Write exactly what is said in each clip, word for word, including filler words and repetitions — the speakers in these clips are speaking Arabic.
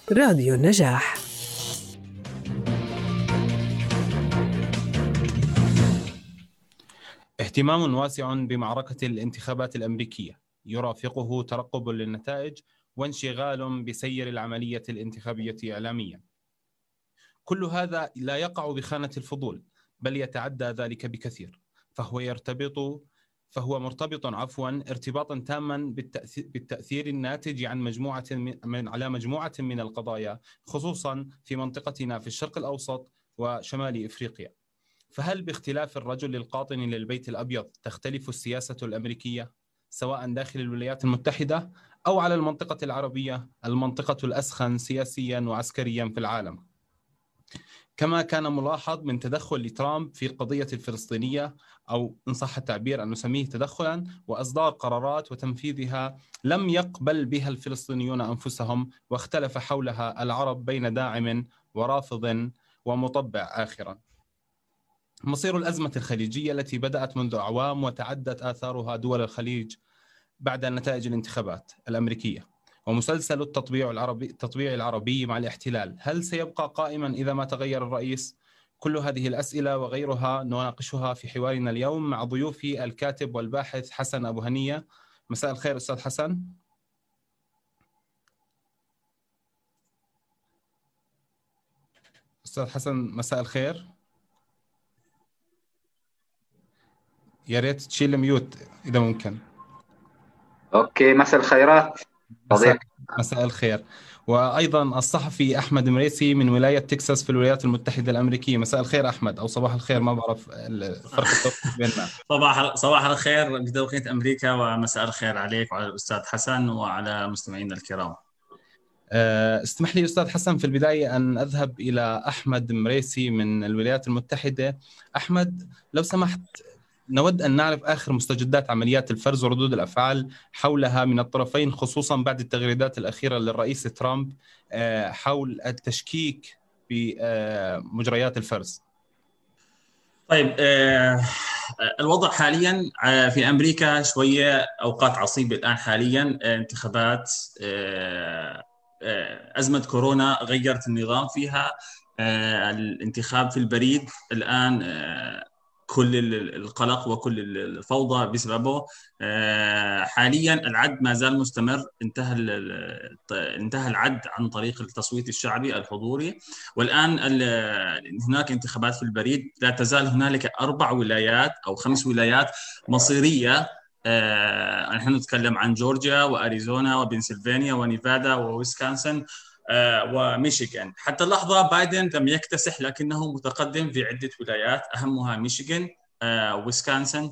راديو النجاح. اهتمام واسع بمعركة الانتخابات الأمريكية يرافقه ترقب للنتائج وانشغال بسير العملية الانتخابية إعلاميا. كل هذا لا يقع بخانة الفضول، بل يتعدى ذلك بكثير، فهو يرتبط فهو مرتبط عفوا ارتباطا تاما بالتأثير, بالتأثير الناتج عن مجموعة من على مجموعة من القضايا، خصوصا في منطقتنا في الشرق الأوسط وشمال إفريقيا. فهل باختلاف الرجل القاطن للبيت الأبيض تختلف السياسة الأمريكية سواء داخل الولايات المتحدة أو على المنطقة العربية، المنطقة الأسخن سياسيا وعسكريا في العالم؟ كما كان ملاحظ من تدخل لترامب في القضية الفلسطينية، أو إن صح التعبير أن نسميه تدخلا، وإصدار قرارات وتنفيذها لم يقبل بها الفلسطينيون أنفسهم، واختلف حولها العرب بين داعم ورافض ومطبع آخرا. مصير الأزمة الخليجية التي بدأت منذ أعوام وتعدت آثارها دول الخليج بعد نتائج الانتخابات الأمريكية، ومسلسل التطبيع العربي التطبيع العربي مع الاحتلال، هل سيبقى قائما إذا ما تغير الرئيس؟ كل هذه الأسئلة وغيرها نناقشها في حوارنا اليوم مع ضيوفي الكاتب والباحث حسن أبو هنية. مساء الخير أستاذ حسن. أستاذ حسن مساء الخير. يا ريت تشيل ميوت إذا ممكن. أوكي، مساء الخيرات مساء, مساء الخير. وأيضا الصحفي أحمد مريسي من ولاية تكساس في الولايات المتحدة الأمريكية. مساء الخير أحمد، أو صباح الخير، ما بعرف الفرق التوقيت بيننا. صباح صباح الخير بتوقيت أمريكا، ومساء الخير عليك وعلى الأستاذ حسن وعلى مستمعينا الكرام. اسمح لي أستاذ حسن في البداية أن أذهب إلى أحمد مريسي من الولايات المتحدة. أحمد لو سمحت، نود أن نعرف آخر مستجدات عمليات الفرز وردود الأفعال حولها من الطرفين، خصوصا بعد التغريدات الأخيرة للرئيس ترامب حول التشكيك بمجريات الفرز. طيب، الوضع حاليا في أمريكا شوية أوقات عصيبة الآن. حاليا انتخابات، أزمة كورونا غيرت النظام فيها. الانتخاب في البريد الآن كل القلق وكل الفوضى بسببه. حاليا العد ما زال مستمر. انتهى انتهى العد عن طريق التصويت الشعبي الحضوري، والآن هناك انتخابات في البريد. لا تزال هنالك أربع ولايات أو خمس ولايات مصيرية. نحن نتكلم عن جورجيا وأريزونا وبنسلفانيا ونيفادا وويسكونسن وميشيغان. حتى اللحظة بايدن لم يكتسح، لكنه متقدم في عدة ولايات، أهمها ميشيغان، ويسكونسن،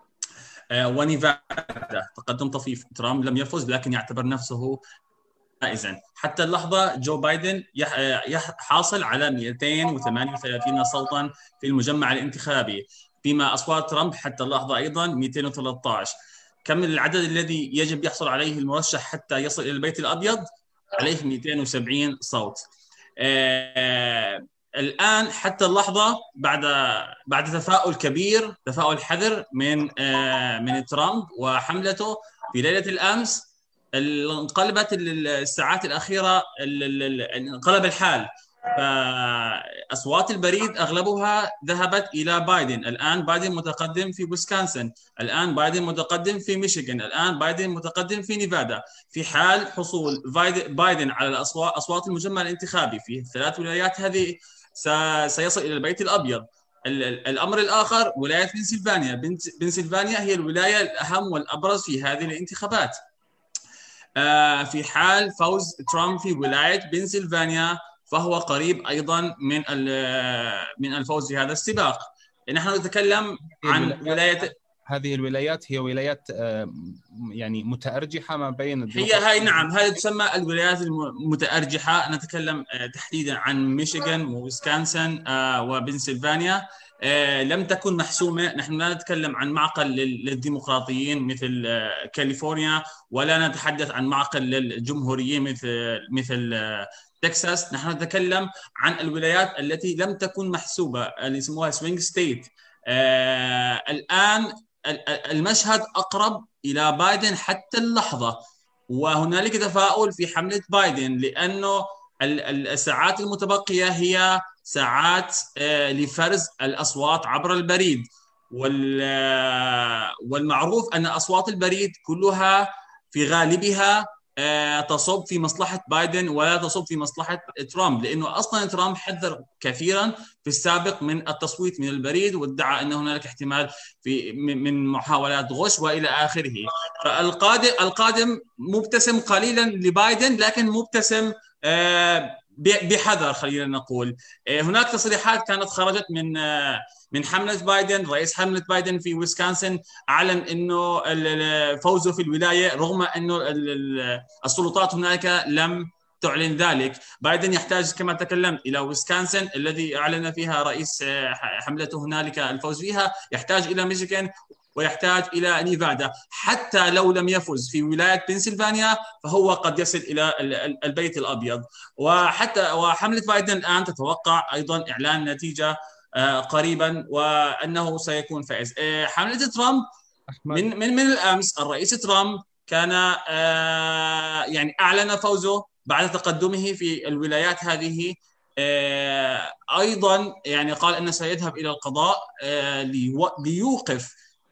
ونيفادا. تقدم طفيف. ترامب لم يفز لكن يعتبر نفسه فائزا. حتى اللحظة جو بايدن حاصل على مئتين وثمانية وثلاثين صوتا في المجمع الانتخابي، فيما أصوات ترامب حتى اللحظة أيضا مئتين وثلاثة عشر. كم العدد الذي يجب يحصل عليه المرشح حتى يصل إلى البيت الأبيض؟ عليه مئتين وسبعين صوت. آه الآن حتى اللحظة، بعد بعد تفاؤل كبير، تفاؤل حذر من آه من ترامب وحملته في ليلة الأمس، انقلبت الساعات الأخيرة، انقلب الحال. فأصوات البريد أغلبها ذهبت إلى بايدن. الآن بايدن متقدم في ويسكونسن، الآن بايدن متقدم في ميشيغان، الآن بايدن متقدم في نيفادا. في حال حصول بايدن على الأصوات أصوات المجمع الانتخابي في الثلاث ولايات هذه سيصل إلى البيت الأبيض. الأمر الآخر ولاية بنسلفانيا. بنسلفانيا هي الولاية الأهم والأبرز في هذه الانتخابات. في حال فوز ترامب في ولاية بنسلفانيا فهو قريب أيضا من من الفوز في هذا السباق. نحن نتكلم عن ولاية، هذه الولايات هي ولايات يعني متأرجحة ما بين هي هاي نعم هذه تسمى الولايات المتأرجحة. نتكلم تحديدا عن ميشيغان وويسكونسن وبنسلفانيا. لم تكن محسومة. نحن لا نتكلم عن معقل للديمقراطيين مثل كاليفورنيا، ولا نتحدث عن معقل للجمهوريين مثل مثل تكساس. نحن نتكلم عن الولايات التي لم تكن محسوبة، اللي يسموها سوينج ستيت. آه الآن المشهد أقرب إلى بايدن حتى اللحظة، وهنالك تفاؤل في حملة بايدن، لأنه الساعات المتبقية هي ساعات لفرز الأصوات عبر البريد، والمعروف أن أصوات البريد كلها في غالبها تصب في مصلحة بايدن ولا تصب في مصلحة ترامب، لأنه أصلا ترامب حذر كثيرا في السابق من التصويت من البريد، وادعى أن هناك احتمال في من محاولات غش وإلى آخره. فالقادم القادم مبتسم قليلا لبايدن، لكن مبتسم بحذر خلينا نقول. هناك تصريحات كانت خرجت من من حملة بايدن، رئيس حملة بايدن في ويسكونسن أعلن أنه فوزه في الولاية رغم أنه السلطات هناك لم تعلن ذلك. بايدن يحتاج كما تكلمت إلى ويسكونسن الذي أعلن فيها رئيس حملته هنالك الفوز فيها، يحتاج إلى ميشيغان ويحتاج إلى نيفادا. حتى لو لم يفز في ولاية بنسلفانيا فهو قد يصل إلى البيت الأبيض. وحتى وحملة بايدن الآن تتوقع أيضا إعلان نتيجة قريبا وأنه سيكون فائز. حملة ترامب من من من الأمس الرئيس ترامب كان يعني أعلن فوزه بعد تقدمه في الولايات هذه. أيضا يعني قال أنه سيذهب إلى القضاء ليوقف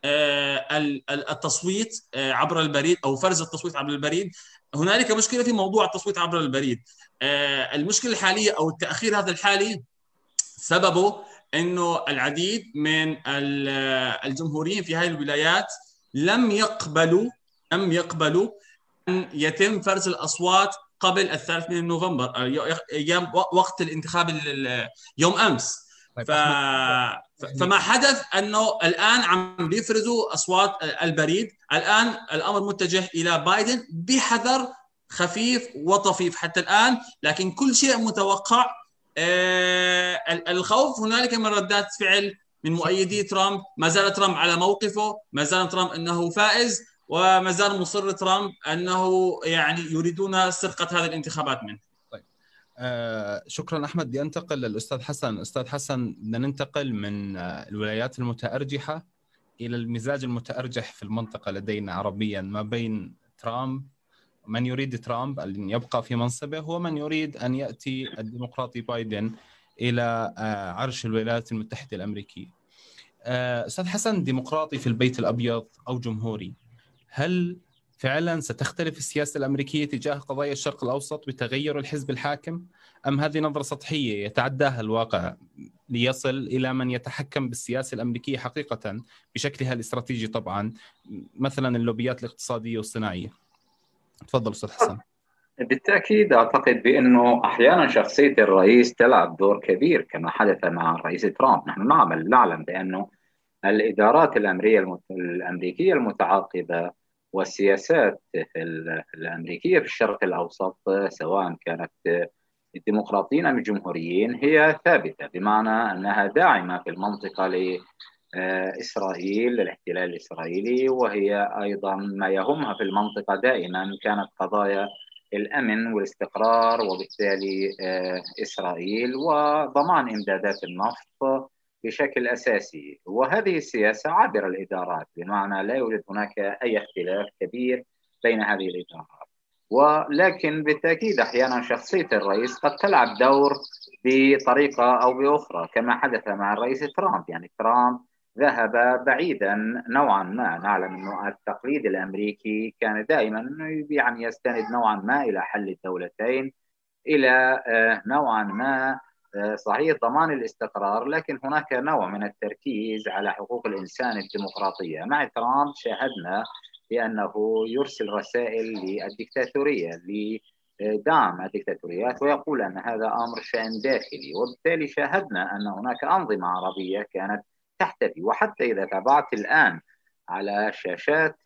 التصويت عبر البريد أو فرز التصويت عبر البريد. هنالك مشكلة في موضوع التصويت عبر البريد. المشكلة الحالية أو التأخير هذا الحالي سببه أنه العديد من الجمهوريين في هذه الولايات لم يقبلوا لم يقبلوا أن يتم فرز الأصوات قبل الثالث من نوفمبر، أيام وقت الانتخاب يوم أمس. ف... فما حدث أنه الآن عم بيفرزوا أصوات البريد. الآن الأمر متجه إلى بايدن بحذر خفيف وطفيف حتى الآن، لكن كل شيء متوقع. آه الخوف هنالك من ردات فعل من مؤيدي ترامب. ما زال ترامب على موقفه، ما زال ترامب أنه فائز، وما زال مصر ترامب أنه يعني يريدون سرقة هذه الانتخابات منه. طيب آه شكرا أحمد. بدي أنتقل للأستاذ حسن. أستاذ حسن، بدنا ننتقل من آه الولايات المتأرجحة إلى المزاج المتأرجح في المنطقة لدينا عربيا ما بين ترامب، من يريد ترامب أن يبقى في منصبه ومن يريد أن يأتي الديمقراطي بايدن إلى عرش الولايات المتحدة الأمريكية. أستاذ حسن، ديمقراطي في البيت الأبيض أو جمهوري، هل فعلا ستختلف السياسة الأمريكية تجاه قضايا الشرق الأوسط بتغير الحزب الحاكم، أم هذه نظرة سطحية يتعداها الواقع ليصل إلى من يتحكم بالسياسة الأمريكية حقيقة بشكلها الاستراتيجي طبعا، مثلا اللوبيات الاقتصادية والصناعية؟ تفضل أستاذ حسن. بالتأكيد أعتقد بأنه أحيانا شخصية الرئيس تلعب دور كبير كما حدث مع الرئيس ترامب. نحن نعمل نعلم بأنه الإدارات الأمريكية المتعاقبة والسياسات الأمريكية في الشرق الأوسط سواء كانت الديمقراطيين أم الجمهوريين هي ثابتة، بمعنى أنها داعمة في المنطقة لإسرائيل للاحتلال الإسرائيلي، وهي أيضا ما يهمها في المنطقة دائما كانت قضايا الأمن والاستقرار وبالتالي إسرائيل وضمان إمدادات النفط بشكل أساسي. وهذه السياسة عابرة الإدارات، بمعنى لا يوجد هناك أي اختلاف كبير بين هذه الإدارات، ولكن بالتأكيد أحيانا شخصية الرئيس قد تلعب دور بطريقة أو بأخرى كما حدث مع الرئيس ترامب. يعني ترامب ذهب بعيدا نوعا ما. نعلم أنه التقليد الأمريكي كان دائما يعني يستند نوعا ما إلى حل الدولتين، إلى نوعا ما صحيح ضمان الاستقرار، لكن هناك نوع من التركيز على حقوق الإنسان الديمقراطية. مع ترامب شاهدنا بأنه يرسل رسائل للديكتاتورية لدعم الديكتاتوريات ويقول أن هذا أمر شأن داخلي، وبالتالي شاهدنا أن هناك أنظمة عربية كانت تحتفي. وحتى إذا تابعت الآن على الشاشات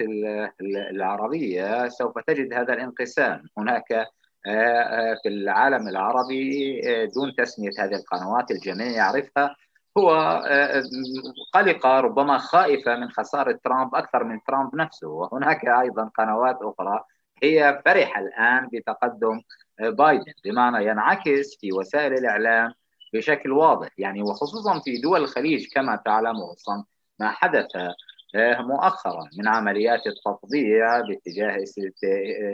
العربية سوف تجد هذا الانقسام. هناك في العالم العربي دون تسمية هذه القنوات الجميع يعرفها، هو قلقة ربما خائفة من خسارة ترامب أكثر من ترامب نفسه. وهناك أيضا قنوات أخرى هي فرحة الآن بتقدم بايدن، بمعنى ينعكس في وسائل الإعلام بشكل واضح. يعني وخصوصا في دول الخليج كما تعلم، وخصوصا ما حدث مؤخرا من عمليات التطبيع باتجاه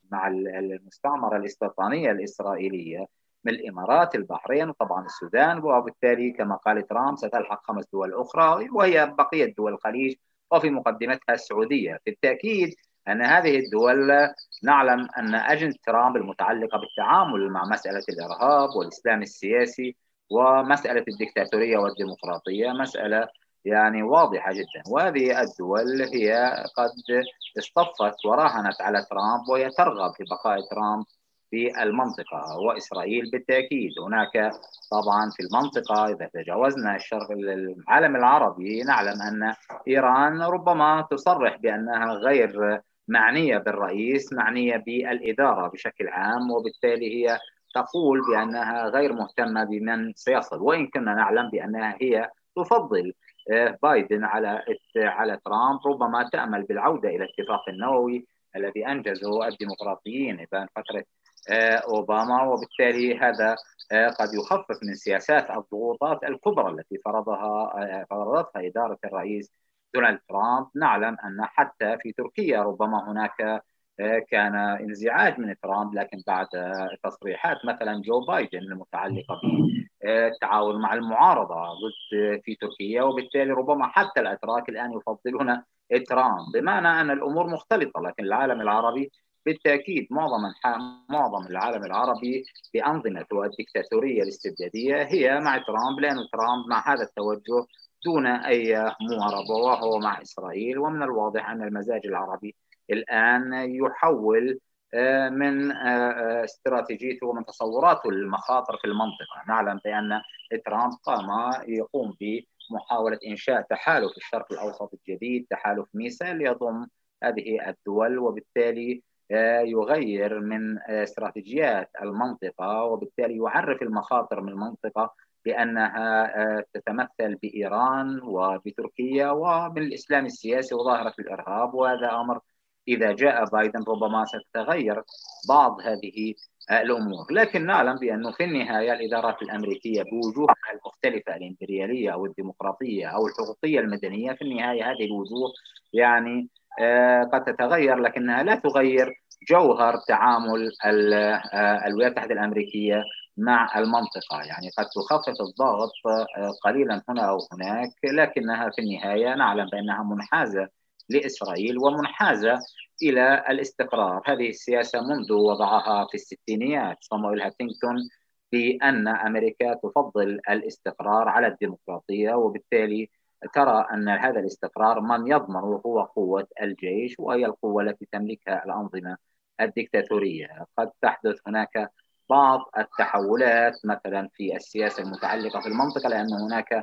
مع المستعمرة الاستيطانية الإسرائيلية من الإمارات، البحرين، وطبعا السودان، وبالتالي كما قال ترامب ستلحق خمس دول أخرى وهي بقية دول الخليج وفي مقدمتها السعودية. بالتأكيد أن هذه الدول نعلم أن أجندة ترامب المتعلقة بالتعامل مع مسألة الإرهاب والإسلام السياسي ومسألة الدكتاتورية والديمقراطية مسألة يعني واضحة جدا، وهذه الدول هي قد اصطفت وراهنت على ترامب وهي ترغب في بقاء ترامب في المنطقة وإسرائيل. بالتأكيد هناك طبعا في المنطقة إذا تجاوزنا الشرق العالم العربي نعلم أن إيران ربما تصرح بأنها غير معنية بالرئيس، معنية بالإدارة بشكل عام، وبالتالي هي تقول بأنها غير مهتمة بمن سيصل، وإن كنا نعلم بأنها هي تفضل بايدن على على ترامب. ربما تأمل بالعودة إلى الاتفاق النووي الذي أنجزه الديمقراطيين بين فترة أوباما، وبالتالي هذا قد يخفف من سياسات الضغوطات الكبرى التي فرضها فرضتها إدارة الرئيس دونالد ترامب. نعلم أن حتى في تركيا ربما هناك كان انزعاج من ترامب، لكن بعد تصريحات مثلا جو بايدن المتعلقة بالتعاون مع المعارضة ضد في تركيا، وبالتالي ربما حتى الأتراك الآن يفضلون ترامب، بمعنى أن الأمور مختلطة. لكن العالم العربي بالتأكيد معظم معظم العالم العربي بأنظمته الدكتاتورية الاستبدادية هي مع ترامب، لأن ترامب مع هذا التوجه دون أي معارضة وهو مع إسرائيل. ومن الواضح أن المزاج العربي الآن يحول من استراتيجيته ومن تصوراته للمخاطر في المنطقة. نعلم بأن ترامب قام يقوم بمحاولة إنشاء تحالف الشرق الأوسط الجديد، تحالف ميسا ليضم هذه الدول، وبالتالي يغير من استراتيجيات المنطقة، وبالتالي يعرف المخاطر من المنطقة بأنها تتمثل بإيران وبتركيا ومن الإسلام السياسي وظاهرة الإرهاب. وهذا أمر إذا جاء بايدن ربما ستتغير بعض هذه الأمور. لكن نعلم بأنه في النهاية الإدارات الأمريكية بوجوهها المختلفة الإمبريالية أو الديمقراطية أو الحقوقية المدنية، في النهاية هذه الوجوه يعني قد تتغير، لكنها لا تغير جوهر تعامل الولايات المتحدة الأمريكية مع المنطقة. يعني قد تخفف الضغط قليلا هنا أو هناك، لكنها في النهاية نعلم بأنها منحازة لإسرائيل ومنحازة إلى الاستقرار. هذه السياسة منذ وضعها في الستينيات صامويل هانتينغتون بأن أمريكا تفضل الاستقرار على الديمقراطية، وبالتالي ترى أن هذا الاستقرار من يضمنه هو قوة الجيش، وهي القوة التي تملكها الأنظمة الدكتاتورية. قد تحدث هناك بعض التحولات مثلا في السياسة المتعلقة في المنطقة، لأن هناك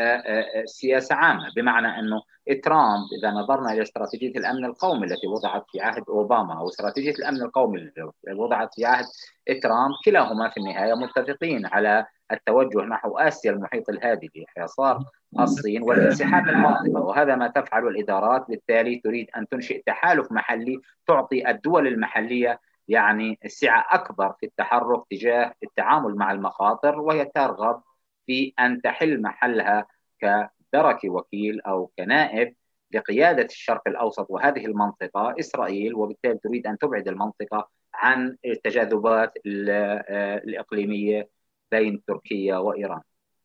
سياسة عامة، بمعنى أنه ترامب إذا نظرنا إلى استراتيجية الأمن القومي التي وضعت في عهد أوباما أو استراتيجية الأمن القومي التي وضعت في عهد ترامب، كلاهما في النهاية متفقين على التوجه نحو آسيا المحيط الهادي بحصار الصين والانسحاب من المنطقة. وهذا ما تفعله الإدارات، بالتالي تريد أن تنشئ تحالف محلي تعطي الدول المحلية يعني سعة أكبر في التحرك تجاه التعامل مع المخاطر، وهي ترغب في أن تحل محلها كدرك وكيل أو كنائب لقيادة الشرق الأوسط وهذه المنطقة إسرائيل، وبالتالي تريد أن تبعد المنطقة عن التجاذبات الإقليمية بين تركيا وإيران.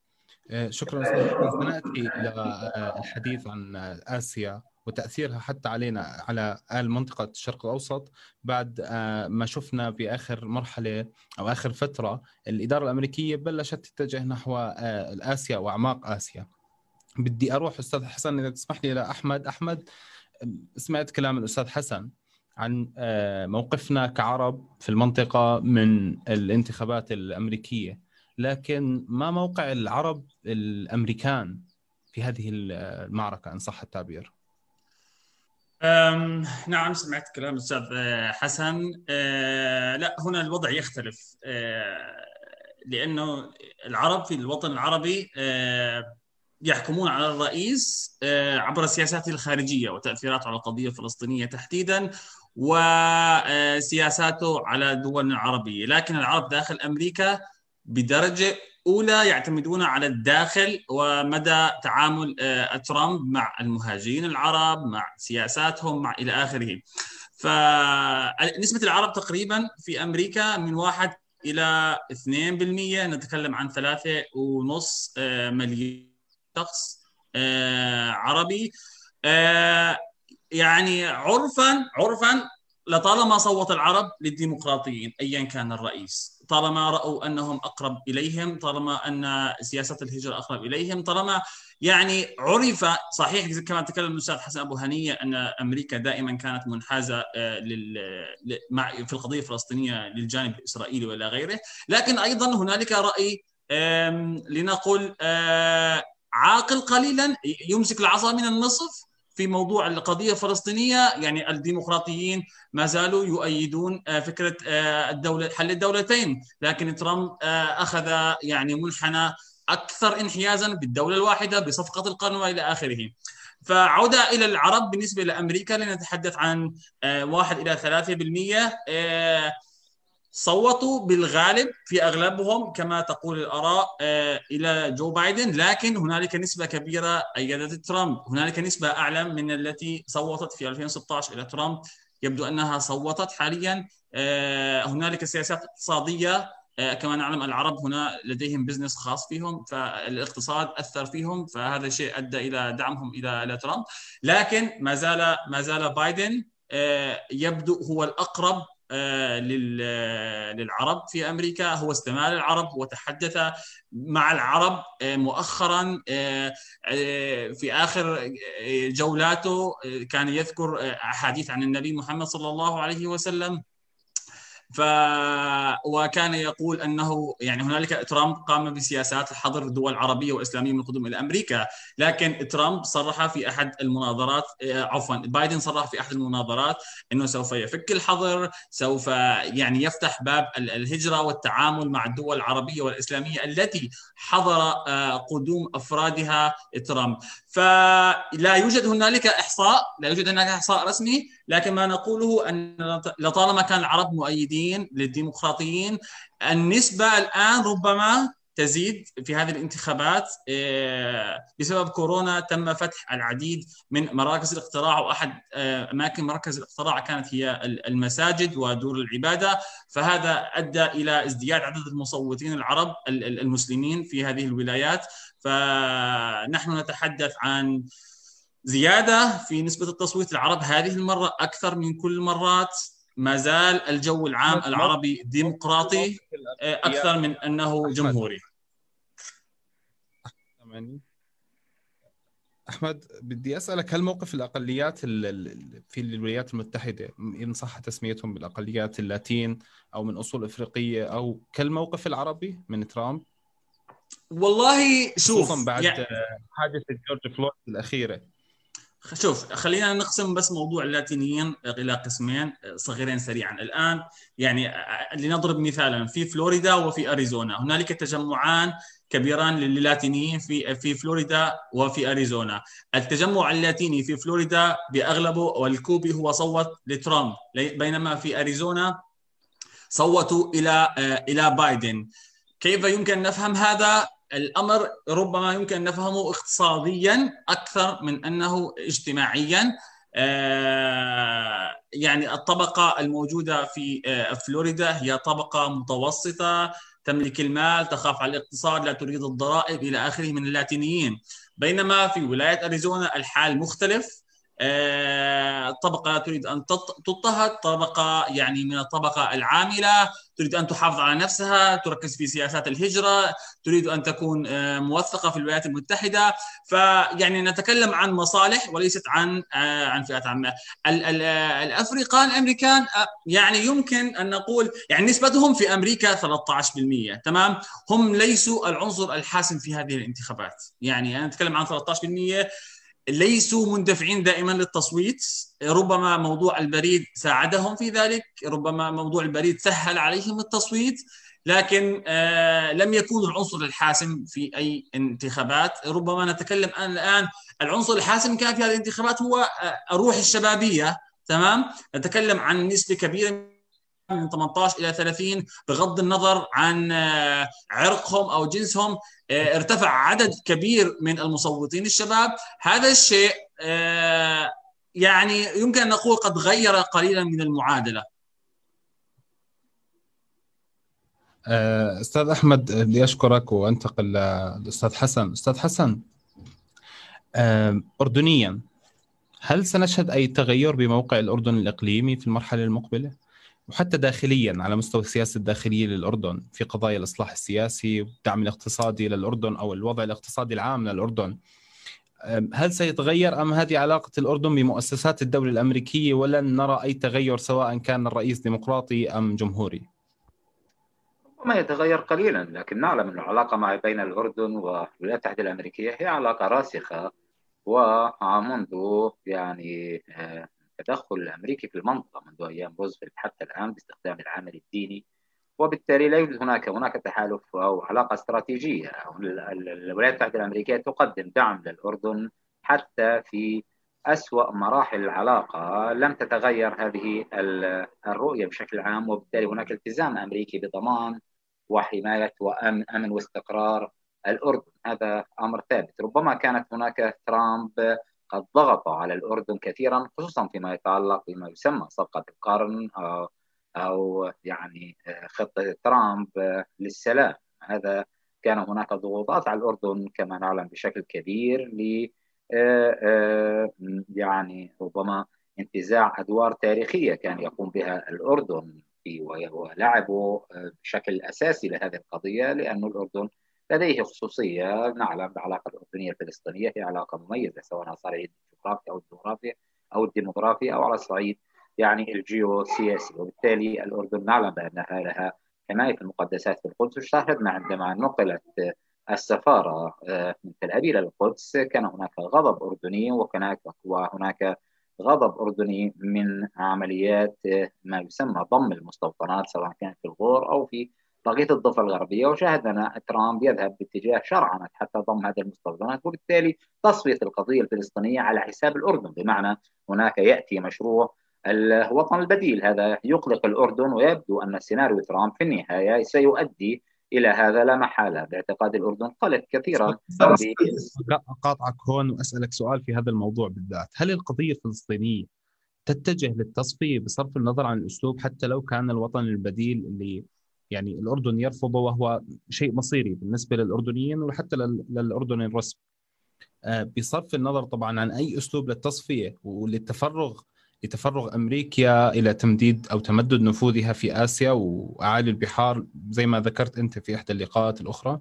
شكرا أستاذ. سنأتي إلى الحديث عن آسيا وتأثيرها حتى علينا على منطقة الشرق الأوسط بعد ما شفنا في آخر مرحلة أو آخر فترة الإدارة الأمريكية بلشت تتجه نحو آسيا وأعماق آسيا. بدي أروح أستاذ حسن إذا تسمح لي إلى أحمد. أحمد، سمعت كلام الأستاذ حسن عن موقفنا كعرب في المنطقة من الانتخابات الأمريكية، لكن ما موقع العرب الأمريكان في هذه المعركة إن صح التعبير؟ أم نعم، سمعت كلام الأستاذ حسن. أه لا، هنا الوضع يختلف، أه لأنه العرب في الوطن العربي أه يحكمون على الرئيس أه عبر سياساته الخارجية وتأثيراته على القضية الفلسطينية تحديدا وسياساته على الدول العربية. لكن العرب داخل أمريكا بدرجة أولى يعتمدون على الداخل ومدى تعامل ترامب مع المهاجرين العرب، مع سياساتهم، مع إلى آخره. فنسبة العرب تقريبا في أمريكا من واحد إلى اثنين بالمئة، نتكلم عن ثلاثة ونص مليون شخص عربي. يعني عرفا عرفا لطالما صوت العرب للديمقراطيين أيا كان الرئيس، طالما رأوا أنهم أقرب إليهم، طالما أن سياسة الهجرة أقرب إليهم، طالما يعني عرف. صحيح كما تكلم الأستاذ حسن أبو هنية أن أمريكا دائما كانت منحازة في القضية الفلسطينية للجانب الإسرائيلي ولا غيره، لكن أيضا هنالك رأي لنقل عاقل قليلا يمسك العصا من النصف في موضوع القضية الفلسطينية. يعني الديمقراطيين ما زالوا يؤيدون فكرة الدولة حل الدولتين، لكن ترامب أخذ يعني منحنى أكثر انحيازا بالدولة الواحدة بصفقة القرن وإلى آخره. فعودة إلى العرب بالنسبة لأمريكا لنتحدث عن واحد إلى ثلاثة بالمئة صوتوا بالغالب في أغلبهم كما تقول الآراء إلى جو بايدن، لكن هنالك نسبة كبيرة أيدت ترامب، هنالك نسبة أعلى من التي صوتت في ألفين وستة عشر إلى ترامب، يبدو أنها صوتت حاليا. هنالك سياسات اقتصادية، كما نعلم العرب هنا لديهم بزنس خاص فيهم، فالاقتصاد أثر فيهم، فهذا الشيء أدى إلى دعمهم إلى إلى ترامب، لكن ما زال ما زال بايدن يبدو هو الأقرب للعرب في أمريكا. هو استمع للعرب وتحدث مع العرب مؤخرا في آخر جولاته، كان يذكر أحاديث عن النبي محمد صلى الله عليه وسلم، ف وكان يقول أنه يعني هنالك ترامب قام بسياسات حظر الدول العربية والإسلامية من القدوم إلى أمريكا، لكن ترامب صرح في أحد المناظرات عفوا بايدن صرح في أحد المناظرات أنه سوف يفك الحظر، سوف يعني يفتح باب الهجرة والتعامل مع الدول العربية والإسلامية التي حظر قدوم أفرادها ترامب. فلا يوجد هنالك إحصاء لا يوجد هنالك إحصاء رسمي، لكن ما نقوله أن لطالما كان العرب مؤيدين للديمقراطيين، النسبة الآن ربما تزيد في هذه الانتخابات. بسبب كورونا تم فتح العديد من مراكز الاقتراع، وأحد أماكن مراكز الاقتراع كانت هي المساجد ودور العبادة، فهذا أدى إلى ازدياد عدد المصوتين العرب المسلمين في هذه الولايات. فنحن نتحدث عن زيادة في نسبة التصويت العرب هذه المرة أكثر من كل المرات. ما زال الجو العام العربي ديمقراطي أكثر من أنه جمهوري. أحمد، بدي أسألك، هل موقف الأقليات في الولايات المتحدة، إن صح تسميتهم بالأقليات اللاتين أو من أصول إفريقية، أو كالموقف العربي من ترامب؟ والله شوف، خصوصا بعد يعني حادثة جورج فلويد الأخيرة. شوف، خلينا نقسم بس موضوع اللاتينيين إلى قسمين صغيرين سريعا الآن. يعني لنضرب مثالا، في فلوريدا وفي أريزونا هنالك تجمعان كبيران لللاتينيين في في فلوريدا وفي أريزونا. التجمع اللاتيني في فلوريدا بأغلبه والكوبي هو صوت لترامب، بينما في أريزونا صوتوا إلى إلى بايدن. كيف يمكن نفهم هذا الأمر؟ ربما يمكن نفهمه اقتصاديا أكثر من أنه اجتماعيا. يعني الطبقة الموجودة في فلوريدا هي طبقة متوسطة، تملك المال، تخاف على الاقتصاد، لا تريد الضرائب إلى آخره من اللاتينيين. بينما في ولاية أريزونا الحال مختلف، الطبقة تريد أن تضطهد، طبقة يعني من الطبقة العاملة تريد أن تحافظ على نفسها، تركز في سياسات الهجرة، تريد أن تكون موثقة في الولايات المتحدة. فيعني نتكلم عن مصالح وليست عن عن فئات عامة. الأفريقان الأمريكان يعني يمكن أن نقول يعني نسبتهم في أمريكا ثلاثة عشر بالمئة، تمام، هم ليسوا العنصر الحاسم في هذه الانتخابات. يعني أنا أتكلم عن ثلاثة عشر بالمئة، ليسوا مندفعين دائما للتصويت. ربما موضوع البريد ساعدهم في ذلك، ربما موضوع البريد سهل عليهم التصويت، لكن آه لم يكون العنصر الحاسم في أي انتخابات. ربما نتكلم الآن العنصر الحاسم كان في هذه الانتخابات هو آه الروح الشبابية، تمام. نتكلم عن نسبة كبيرة من ثمانية عشر إلى ثلاثين بغض النظر عن آه عرقهم أو جنسهم. ارتفع عدد كبير من المصوتين الشباب. هذا الشيء يعني يمكن أن نقول قد غير قليلا من المعادلة. أستاذ أحمد بدي أشكرك وأنتقل للأستاذ حسن. أستاذ حسن، أردنيا، هل سنشهد أي تغير بموقع الأردن الإقليمي في المرحلة المقبلة؟ وحتى داخليا على مستوى السياسة الداخلية للأردن في قضايا الإصلاح السياسي والدعم الاقتصادي للأردن أو الوضع الاقتصادي العام للأردن، هل سيتغير أم هذه علاقة الأردن بمؤسسات الدولة الأمريكية ولن نرى أي تغير سواء كان الرئيس ديمقراطي أم جمهوري؟ ما يتغير قليلا، لكن نعلم أن العلاقة مع بين الأردن والولايات المتحدة الأمريكية هي علاقة راسخة، ومنذ يعني التدخل الأمريكي في المنطقة منذ أيام روزفلت حتى الآن باستخدام العامل الديني، وبالتالي لا يوجد هناك هناك تحالف أو علاقة استراتيجية. الولايات المتحدة الأمريكية تقدم دعم للأردن حتى في أسوأ مراحل العلاقة، لم تتغير هذه الرؤية بشكل عام، وبالتالي هناك التزام أمريكي بضمان وحماية وأمن أمن واستقرار الأردن. هذا أمر ثابت. ربما كانت هناك ترامب قد ضغط على الأردن كثيرا، خصوصا فيما يتعلق بما يسمى صفقة القرن أو, أو يعني خطة ترامب للسلام. هذا كان هناك ضغوطات على الأردن كما نعلم بشكل كبير ل يعني ربما انتزاع أدوار تاريخية كان يقوم بها الأردن في ولعبوا بشكل أساسي لهذه القضية، لأن الأردن لديه خصوصية. نعلم العلاقة الأردنية الفلسطينية هي علاقة مميزة سواء على الصعيد الجغرافي أو الديموغرافي أو الديموغرافي أو على الصعيد يعني الجيوسياسي، وبالتالي الأردن نعلم بأنها لها حماية المقدسات في القدس. وشاهدنا عندما نقلت السفارة من تل أبيب إلى القدس كان هناك غضب أردني، وهناك وهناك غضب أردني من عمليات ما يسمى ضم المستوطنات سواء كانت في الغور أو في بقية الضفة الغربية. وشاهدنا ترامب يذهب باتجاه شرعنة حتى ضم هذه المستوطنات، وبالتالي تصفية القضية الفلسطينية على حساب الأردن، بمعنى هناك يأتي مشروع الوطن البديل. هذا يقلق الأردن، ويبدو أن سيناريو ترامب في النهاية سيؤدي إلى هذا لا محالة. باعتقاد الأردن قلت كثيرا. أقاطعك هون وأسألك سؤال في هذا الموضوع بالذات. هل القضية الفلسطينية تتجه للتصفية بصرف النظر عن الأسلوب حتى لو كان الوطن البديل اللي يعني الأردن يرفضه وهو شيء مصيري بالنسبة للأردنيين وحتى للأردن الرسمي، بصرف النظر طبعا عن أي أسلوب للتصفية وللتفرغ لتفرغ أمريكا إلى تمديد أو تمدد نفوذها في آسيا وأعالي البحار زي ما ذكرت أنت في إحدى اللقاءات الأخرى؟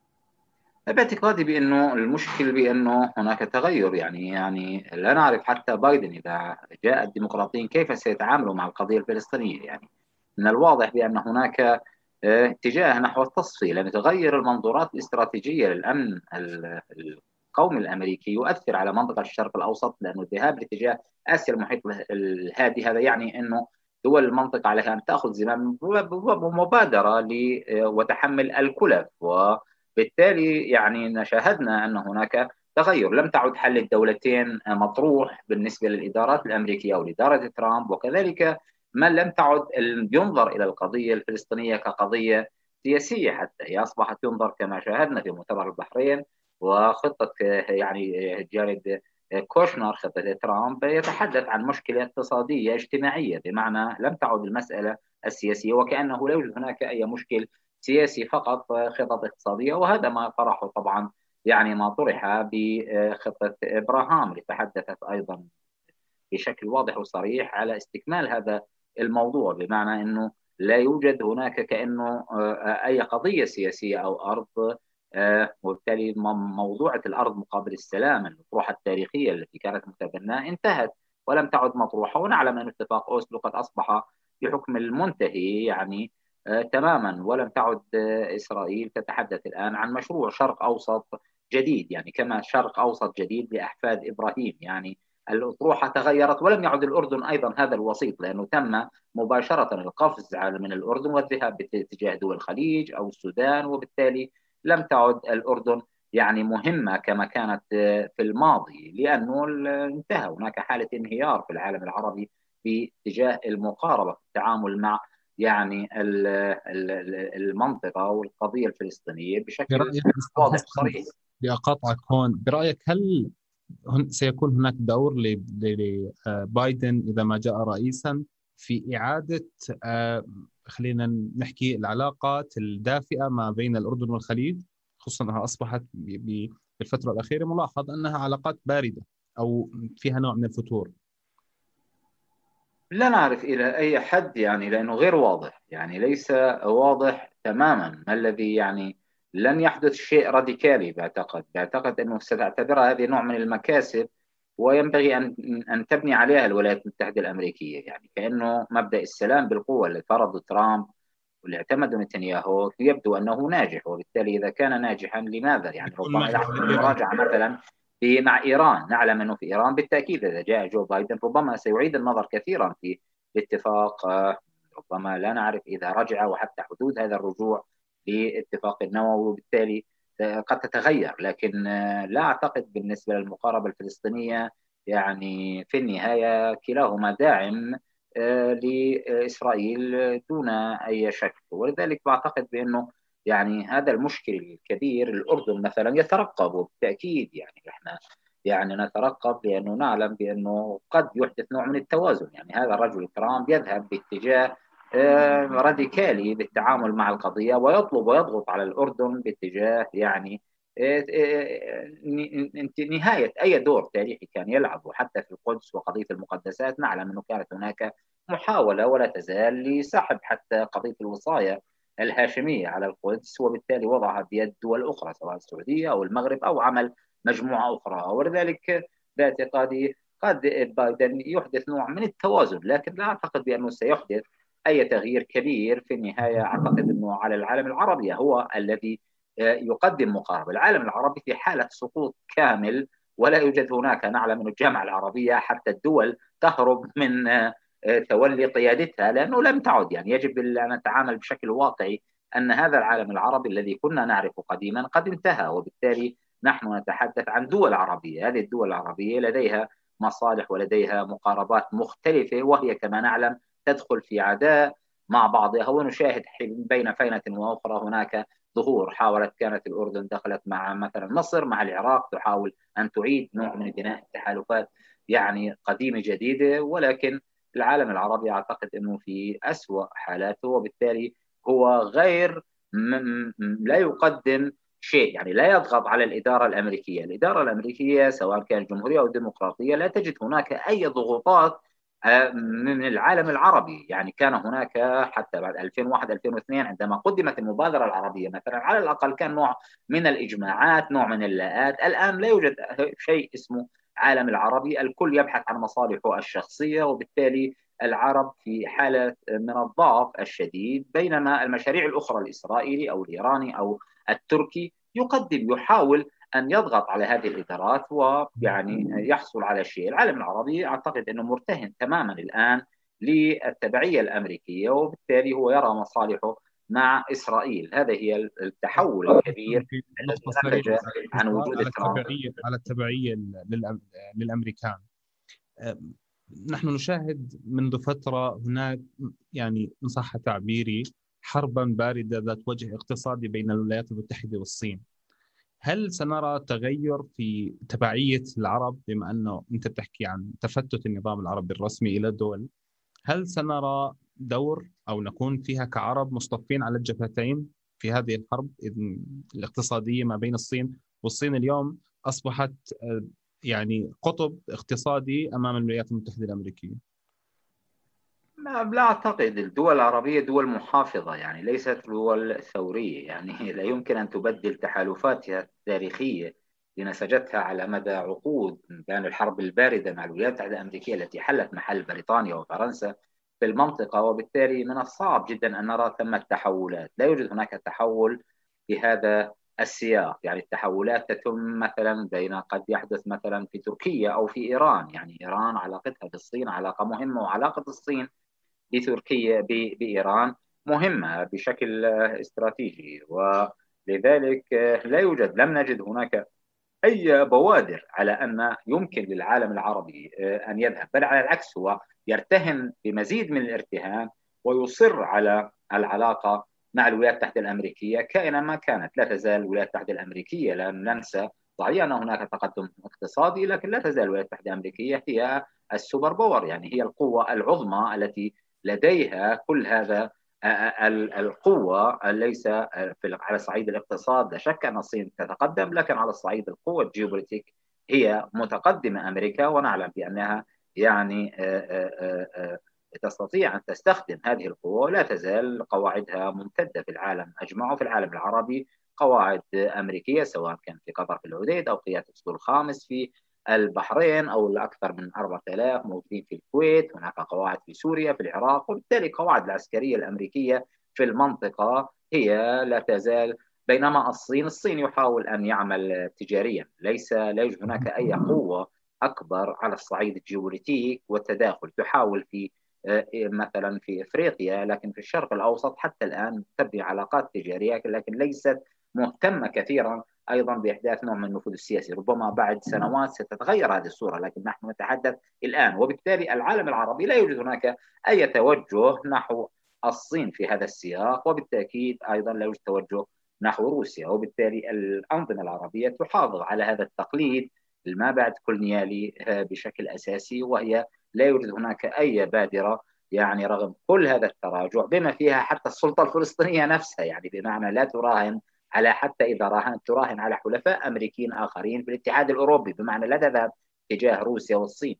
باعتقادي بأنه المشكل بأنه هناك تغير. يعني يعني لا نعرف حتى بايدن إذا جاء الديمقراطيين كيف سيتعاملوا مع القضية الفلسطينية. يعني من الواضح بأن هناك اتجاه نحو التصفية، لأن تغير المنظورات الاستراتيجية للأمن القومي الأمريكي يؤثر على منطقة الشرق الأوسط، لأنه الذهاب لاتجاه آسيا المحيط الهادي هذا يعني أنه دول المنطقة عليها أن تأخذ زمام مبادرة وتحمل الكلف، وبالتالي يعني شاهدنا أن هناك تغير. لم تعد حل الدولتين مطروح بالنسبة للإدارات الأمريكية أو لإدارة ترامب، وكذلك ما لم تعد ينظر إلى القضية الفلسطينية كقضية سياسية، حتى هي أصبحت ينظر كما شاهدنا في مؤتمر البحرين وخطة يعني جاريد كوشنر خطة ترامب يتحدث عن مشكلة اقتصادية اجتماعية، بمعنى لم تعد المسألة السياسية وكأنه لا يوجد هناك أي مشكل سياسي، فقط خطط اقتصادية. وهذا ما طرحه طبعا يعني ما طرح بخطة إبراهام اللي تحدثت أيضا بشكل واضح وصريح على استكمال هذا الموضوع، بمعنى أنه لا يوجد هناك كأنه أي قضية سياسية أو أرض، وبالتالي موضوعة الأرض مقابل السلام المطروحة التاريخية التي كانت متبناة انتهت ولم تعد مطروحة. ونعلم أن اتفاق أوسلو قد أصبح بحكم المنتهي يعني تماما، ولم تعد إسرائيل تتحدث الآن عن مشروع شرق أوسط جديد، يعني كما شرق أوسط جديد لأحفاد إبراهيم. يعني الأطروحة تغيرت، ولم يعد الأردن أيضا هذا الوسيط، لأنه تم مباشرة القفز من الأردن والذهاب باتجاه دول الخليج أو السودان، وبالتالي لم تعد الأردن يعني مهمة كما كانت في الماضي، لأنه انتهى هناك حالة انهيار في العالم العربي باتجاه المقاربة في التعامل مع يعني المنطقة والقضية الفلسطينية بشكل واضح صريح. لأقاطعك هون، برأيك هل سيكون هناك دور لبايدن إذا ما جاء رئيسا في إعادة خلينا نحكي العلاقات الدافئة ما بين الأردن والخليج، خصوصا أنها أصبحت بالفترة الأخيرة ملاحظ أنها علاقات باردة أو فيها نوع من الفتور. لا نعرف إلى أي حد يعني، لأنه غير واضح، يعني ليس واضح تماما ما الذي يعني. لن يحدث شيء راديكالي بعتقد بعتقد أنه ستعتبرها هذه نوع من المكاسب، وينبغي أن أن تبني عليها الولايات المتحدة الأمريكية، يعني كأنه مبدأ السلام بالقوة اللي فرضه ترامب واللي اعتمده نتنياهو يبدو أنه ناجح، وبالتالي إذا كان ناجحا لماذا يعني ربما يحدث المراجعة مثلا مع إيران. نعلم أنه في إيران بالتأكيد إذا جاء جو بايدن ربما سيعيد النظر كثيرا في الاتفاق، ربما لا نعرف إذا رجع وحتى حدود هذا الرجوع لاتفاق النووي، وبالتالي قد تتغير. لكن لا أعتقد بالنسبة للمقاربة الفلسطينية، يعني في النهاية كلاهما داعم لإسرائيل دون أي شك، ولذلك بعتقد بأنه يعني هذا المشكل الكبير. الأردن مثلا يترقب وبالتأكيد، يعني احنا يعني نترقب لأنه نعلم بأنه قد يحدث نوع من التوازن. يعني هذا الرجل ترامب يذهب باتجاه راديكالي بالتعامل مع القضية، ويطلب ويضغط على الأردن باتجاه يعني نهاية أي دور تاريخي كان يلعبه حتى في القدس وقضية المقدسات. نعلم أنه كانت هناك محاولة ولا تزال لسحب حتى قضية الوصاية الهاشمية على القدس، وبالتالي وضعها بيد دول أخرى سواء السعودية أو المغرب أو عمل مجموعة أخرى. ولذلك باعتقادي قد بايدن يحدث نوع من التوازن، لكن لا أعتقد بأنه سيحدث أي تغيير كبير. في النهاية أعتقد أنه على العالم العربي هو الذي يقدم مقاربة. العالم العربي في حالة سقوط كامل، ولا يوجد هناك، نعلم أن الجامعة العربية حتى الدول تهرب من تولي قيادتها لأنه لم تعد. يعني يجب أن نتعامل بشكل واقعي أن هذا العالم العربي الذي كنا نعرفه قديما قد انتهى، وبالتالي نحن نتحدث عن دول عربية. هذه الدول العربية لديها مصالح ولديها مقاربات مختلفة، وهي كما نعلم تدخل في عداء مع بعضها، ونشاهد بين فينة وأخرى هناك ظهور. حاولت كانت الأردن دخلت مع مثلا مصر مع العراق تحاول أن تعيد نوع من بناء التحالفات يعني قديمة جديدة، ولكن العالم العربي أعتقد أنه في أسوأ حالاته، وبالتالي هو غير لا يقدم شيء، يعني لا يضغط على الإدارة الأمريكية. الإدارة الأمريكية سواء كانت جمهورية أو ديمقراطية لا تجد هناك أي ضغوطات من العالم العربي. يعني كان هناك حتى بعد ألفين وواحد ألفين واثنين عندما قدمت المبادرة العربية مثلا على الأقل كان نوع من الإجماعات، نوع من اللاءات. الآن لا يوجد شيء اسمه عالم العربي، الكل يبحث عن مصالحه الشخصية، وبالتالي العرب في حالة من الضعف الشديد، بينما المشاريع الأخرى الإسرائيلي أو الإيراني أو التركي يقدم يحاول أن يضغط على هذه الإدارات ويعني يحصل على شيء. العالم العربي أعتقد أنه مرتهن تماما الآن للتبعية الأمريكية، وبالتالي هو يرى مصالحه مع إسرائيل. هذا هي التحول الكبير الذي نتج عن وجود على التبعية على التبعية للأمريكان. نحن نشاهد منذ فترة هناك يعني إن صح تعبيري حربا باردة ذات وجه اقتصادي بين الولايات المتحدة والصين. هل سنرى تغير في تبعية العرب، بما أنه أنت بتحكي عن تفتت النظام العربي الرسمي إلى الدول؟ هل سنرى دور أو نكون فيها كعرب مصطفين على الجبهتين في هذه الحرب الاقتصادية ما بين الصين؟ والصين اليوم أصبحت يعني قطب اقتصادي أمام الولايات المتحدة الأمريكية. لا أعتقد. الدول العربية دول محافظة، يعني ليست دول ثورية، يعني لا يمكن أن تبدل تحالفاتها التاريخية لنسجتها على مدى عقود بين الحرب الباردة مع الولايات المتحدة الأمريكية التي حلت محل بريطانيا وفرنسا في المنطقة، وبالتالي من الصعب جدا أن نرى ثمة تحولات. لا يوجد هناك تحول في هذا السياق. يعني التحولات تتم مثلا بين قد يحدث مثلا في تركيا أو في إيران. يعني إيران علاقتها بالصين علاقة مهمة، وعلاقة الصين بتركيا بإيران مهمة بشكل استراتيجي، ولذلك لا يوجد لم نجد هناك أي بوادر على أن يمكن للعالم العربي أن يذهب، بل على العكس هو يرتهن بمزيد من الارتهان ويصر على العلاقة مع الولايات المتحدة الأمريكية كائنا ما كانت. لا تزال الولايات المتحدة الأمريكية، لا ننسى صحيح أن هناك تقدم اقتصادي، لكن لا تزال الولايات المتحدة الأمريكية هي السوبر باور، يعني هي القوة العظمى التي لديها كل هذا القوة. ليس على صعيد الاقتصاد لا شك أن الصين تتقدم، لكن على صعيد القوة الجيوبوليتيك هي متقدمة أمريكا، ونعلم بأنها يعني تستطيع أن تستخدم هذه القوة، ولا تزال قواعدها ممتدة في العالم أجمع وفي العالم العربي، قواعد أمريكية سواء كان في قطر في العديد أو قيادة الأسطول الخامس في البحرين أو الأكثر من أربعة آلاف موجودين في الكويت، هناك قواعد في سوريا في العراق، وبالتالي القواعد العسكرية الأمريكية في المنطقة هي لا تزال. بينما الصين الصين يحاول أن يعمل تجاريا، ليس لا يوجد هناك أي قوة أكبر على الصعيد الجيوبوليتيك والتداخل. تحاول في مثلا في افريقيا، لكن في الشرق الاوسط حتى الان تبني علاقات تجاريه، لكن ليست مهتمه كثيرا ايضا باحداث نوع من النفوذ السياسي. ربما بعد سنوات ستتغير هذه الصوره، لكن نحن نتحدث الان. وبالتالي العالم العربي لا يوجد هناك اي توجه نحو الصين في هذا السياق، وبالتاكيد ايضا لا يوجد توجه نحو روسيا. وبالتالي الانظمه العربيه تحافظ على هذا التقليد ما بعد كولونيالي بشكل اساسي، وهي لا يوجد هناك أي بادرة، يعني رغم كل هذا التراجع بما فيها حتى السلطة الفلسطينية نفسها، يعني بمعنى لا تراهن على، حتى إذا راهنت تراهن على حلفاء أمريكيين آخرين في الاتحاد الأوروبي، بمعنى لا تذهب تجاه روسيا والصين.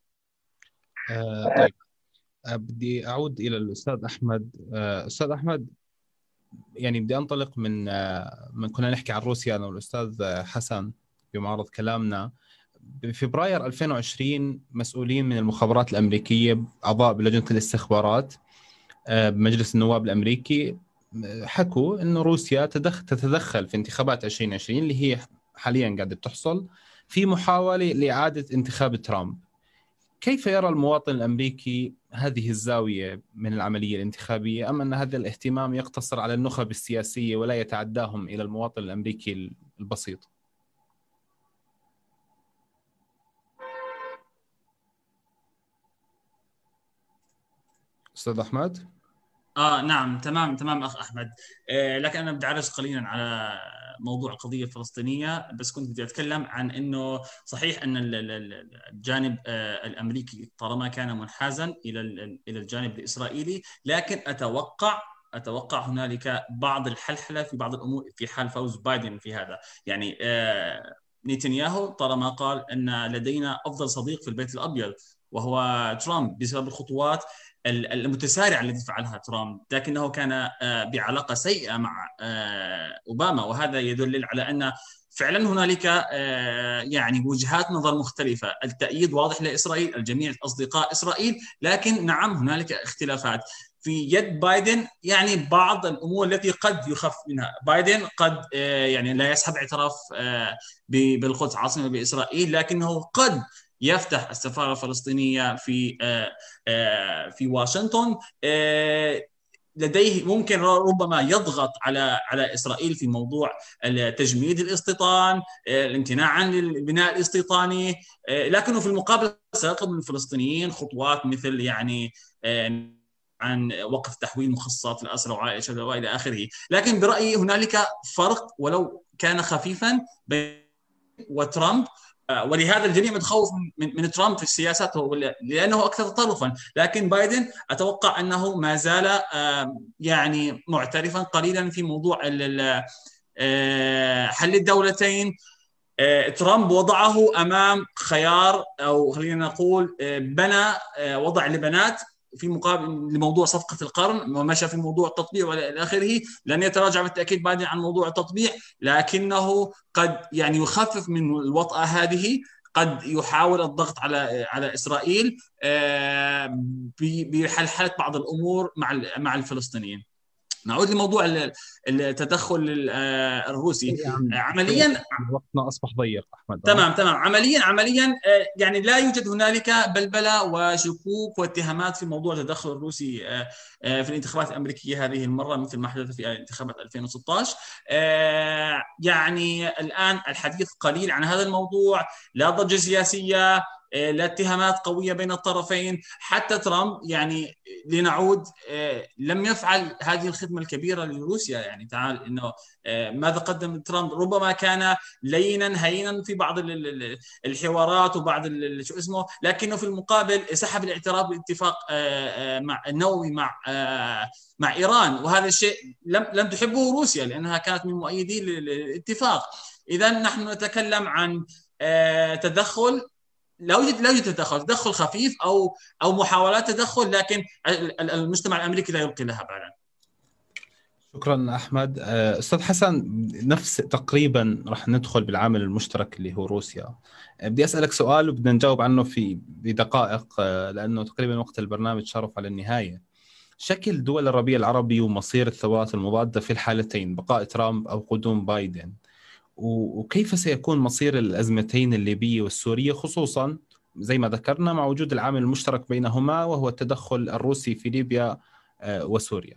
آه طيب، آه بدي أعود إلى الأستاذ أحمد. آه أستاذ أحمد، يعني بدي أنطلق من آه من كنا نحكي عن روسيا أنا والأستاذ حسن بمعرض كلامنا. بفبراير ألفين وعشرين مسؤولين من المخابرات الأمريكية أعضاء بلجنة الاستخبارات بمجلس النواب الأمريكي حكوا إنه روسيا تتدخل في انتخابات ألفين وعشرين اللي هي حاليا قاعدة تحصل في محاولة لإعادة انتخاب ترامب. كيف يرى المواطن الأمريكي هذه الزاوية من العملية الانتخابية، أم أن هذا الاهتمام يقتصر على النخب السياسية ولا يتعداهم إلى المواطن الأمريكي البسيط؟ أستاذ أحمد. آه نعم، تمام تمام أخ أحمد. آه لكن أنا بدي أعرج قليلا على موضوع القضية الفلسطينية، بس كنت بدي أتكلم عن أنه صحيح أن الجانب آه الأمريكي طالما كان منحازا إلى إلى الجانب الإسرائيلي، لكن أتوقع أتوقع هنالك بعض الحلحلة في بعض الأمور في حال فوز بايدن في هذا. يعني آه نتنياهو طالما قال أن لدينا أفضل صديق في البيت الأبيض وهو ترامب بسبب الخطوات المتسارعة التي فعلها ترامب، لكنه كان بعلاقة سيئة مع أوباما، وهذا يدل على أن فعلا هنالك يعني وجهات نظر مختلفة. التأييد واضح لإسرائيل، الجميع أصدقاء إسرائيل، لكن نعم هنالك اختلافات في يد بايدن. يعني بعض الأمور التي قد يخف منها بايدن، قد يعني لا يسحب اعتراف بالقدس عاصمة بإسرائيل، لكنه قد يفتح السفارة الفلسطينية في في واشنطن. لديه ممكن ربما يضغط على على إسرائيل في موضوع تجميد الاستيطان، الامتناع عن البناء الاستيطاني، لكنه في المقابل سيطلب من الفلسطينيين خطوات مثل يعني عن وقف تحويل مخصصات الأسرى وعائشة وإلى آخره. لكن برأيي هنالك فرق ولو كان خفيفا بين وترامب، ولهذا الجميع متخوف من, من ترامب في السياسات لأنه أكثر تطرفا. لكن بايدن أتوقع أنه ما زال يعني معترفا قليلا في موضوع حل الدولتين. ترامب وضعه أمام خيار، أو خلينا نقول بنى وضع لبنات في مقابل لموضوع صفقة القرن، ومشى في موضوع التطبيع والى آخره. لن يتراجع بالتأكيد بايدن عن موضوع التطبيع، لكنه قد يعني يخفف من الوطأة هذه، قد يحاول الضغط على على إسرائيل بحلحلة بعض الأمور مع مع الفلسطينيين. نعود لموضوع التدخل الروسي. عمليا وقتنا اصبح ضيق احمد. تمام تمام عمليا عمليا يعني لا يوجد هنالك بلبله وشكوك واتهامات في موضوع التدخل الروسي في الانتخابات الامريكيه هذه المره مثل ما حدث في انتخابات ألفين وستة عشر. يعني الان الحديث قليل عن هذا الموضوع، لا ضجه سياسيه، لاتهامات قوية بين الطرفين. حتى ترامب يعني لنعود لم يفعل هذه الخدمة الكبيرة لروسيا. يعني تعال إنه ماذا قدم ترامب؟ ربما كان لينا هينا في بعض الحوارات وبعض شو اسمه، لكنه في المقابل سحب الاعتراف بالاتفاق مع النووي مع مع إيران، وهذا الشيء لم لم تحبه روسيا لأنها كانت من مؤيدي الاتفاق. إذا نحن نتكلم عن تدخل، لا يوجد لا يوجد تدخل تدخل خفيف او او محاولات تدخل، لكن المجتمع الامريكي لا يلقي لها بالا. شكرا احمد. استاذ حسن، نفس تقريبا راح ندخل بالعامل المشترك اللي هو روسيا. بدي اسالك سؤال وبدنا نجاوب عنه في بدقائق لانه تقريبا وقت البرنامج شرف على النهايه. شكل دول الربيع العربي ومصير الثورات المضاده في الحالتين، بقاء ترامب او قدوم بايدن، وكيف سيكون مصير الأزمتين الليبية والسورية، خصوصا زي ما ذكرنا مع وجود العامل المشترك بينهما وهو التدخل الروسي في ليبيا وسوريا؟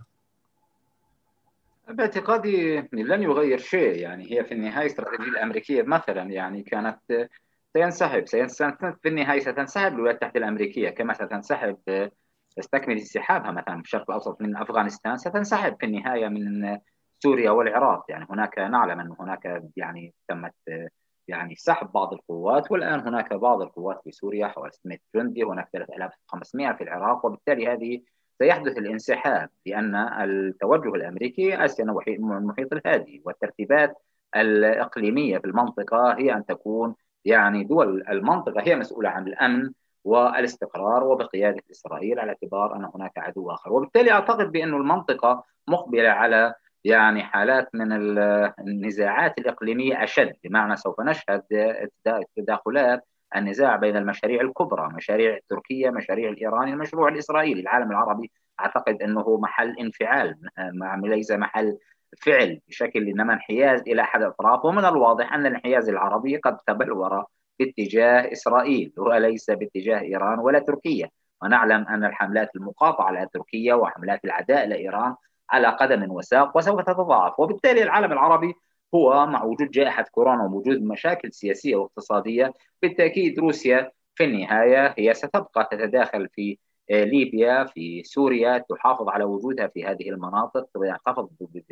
باعتقادي لن يغير شيء. يعني هي في النهاية الاستراتيجية الأمريكية مثلا يعني كانت سينسحب سينسحب في النهاية ستنسحب الولايات المتحدة الأمريكية كما ستنسحب تستكمل انسحابها مثلا في الشرق الأوسط من أفغانستان، ستنسحب في النهاية من سوريا والعراق. يعني هناك نعلم أن هناك يعني تمت يعني سحب بعض القوات، والآن هناك بعض القوات في سوريا حوالي ستمائة جندي، هناك ثلاثة آلاف وخمسمائة في العراق، وبالتالي هذه سيحدث الانسحاب لأن التوجه الأمريكي آسيا والمحيط الهادي، والترتيبات الإقليمية في المنطقة هي أن تكون يعني دول المنطقة هي مسؤولة عن الأمن والاستقرار وبقيادة إسرائيل على اعتبار أن هناك عدو آخر. وبالتالي أعتقد بأن المنطقة مقبلة على يعني حالات من النزاعات الإقليمية أشد، بمعنى سوف نشهد تداخلات النزاع بين المشاريع الكبرى، مشاريع تركيا، مشاريع الإيراني، المشروع الإسرائيلي. العالم العربي أعتقد أنه محل انفعال ليس محل فعل بشكل، إنما انحياز إلى أحد الأطراف، ومن الواضح أن الانحياز العربي قد تبلور باتجاه إسرائيل وليس باتجاه إيران ولا تركيا. ونعلم أن الحملات المقاطعة على تركيا وحملات العداء لإيران على قدم وساق وسوف تتضاعف. وبالتالي العالم العربي هو مع وجود جائحة كورونا ووجود مشاكل سياسية واقتصادية بالتأكيد روسيا في النهاية هي ستبقى تتداخل في ليبيا، في سوريا، تحافظ على وجودها في هذه المناطق، تحتفظ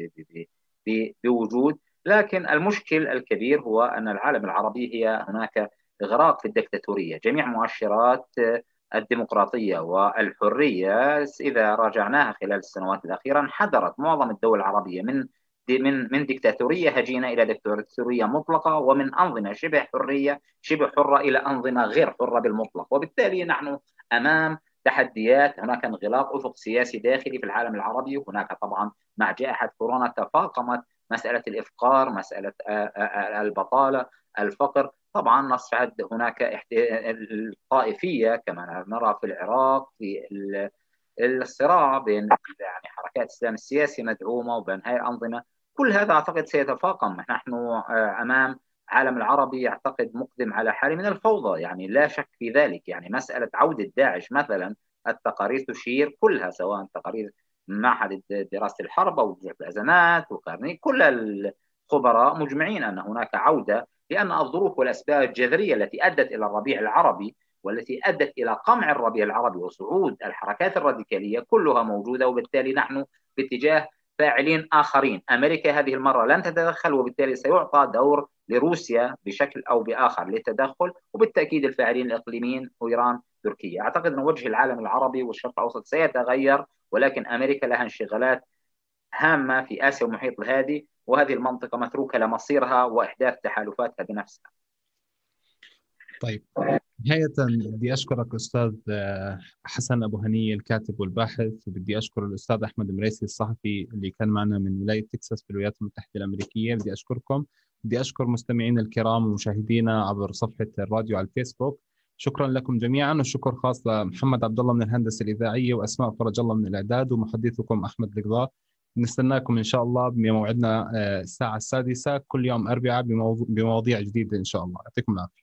بوجود. لكن المشكل الكبير هو أن العالم العربي هي هناك إغراق في الدكتاتورية. جميع مؤشرات الديمقراطية والحرية إذا راجعناها خلال السنوات الأخيرة انحدرت معظم الدول العربية من من من ديكتاتورية هجينة إلى ديكتاتورية مطلقة، ومن أنظمة شبه حرية شبه حرة إلى أنظمة غير حرة بالمطلق. وبالتالي نحن أمام تحديات. هناك انغلاق أفق سياسي داخلي في العالم العربي، هناك طبعا مع جائحة كورونا تفاقمت مسألة الإفقار، مسألة البطالة، الفقر. طبعا نشهد هناك الطائفية كما نرى في العراق، في الصراع بين يعني حركات الإسلام السياسي مدعومة وبين هاي الأنظمة. كل هذا أعتقد سيتفاقم. نحن أمام عالم العربي يعتقد مقدم على حالة من الفوضى، يعني لا شك في ذلك. يعني مسألة عودة داعش مثلا، التقارير تشير كلها، سواء تقارير معهد دراسة الحرب أو الأزمات وكارني، كل الخبراء مجمعين أن هناك عودة، لأن الظروف والأسباب الجذرية التي أدت إلى الربيع العربي والتي أدت إلى قمع الربيع العربي وصعود الحركات الراديكالية كلها موجودة. وبالتالي نحن باتجاه فاعلين آخرين. أمريكا هذه المرة لن تتدخل، وبالتالي سيعطى دور لروسيا بشكل أو بآخر للتدخل، وبالتأكيد الفاعلين الإقليميين وإيران، تركيا. أعتقد أن وجه العالم العربي والشرق الأوسط سيتغير، ولكن أمريكا لها انشغالات هامة في آسيا والمحيط الهادي، وهذه المنطقة متروكة لمصيرها وإحداث تحالفاتها بنفسها. طيب، نهاية بدي أشكرك أستاذ حسن أبو هنية الكاتب والباحث، وبدي أشكر الأستاذ أحمد مريسي الصحفي اللي كان معنا من ولاية تكساس في الولايات المتحدة الأمريكية. بدي أشكركم. بدي أشكر مستمعينا الكرام ومشاهدينا عبر صفحة الراديو على الفيسبوك. شكرا لكم جميعا، وشكر خاص لمحمد عبد الله من الهندسة الإذاعية وأسماء فرج الله من الإعداد، ومحدثكم أحمد القضاء. نستناكم إن شاء الله بموعدنا الساعة السادسة كل يوم أربعاء بمواضيع جديدة إن شاء الله. يعطيكم العافية.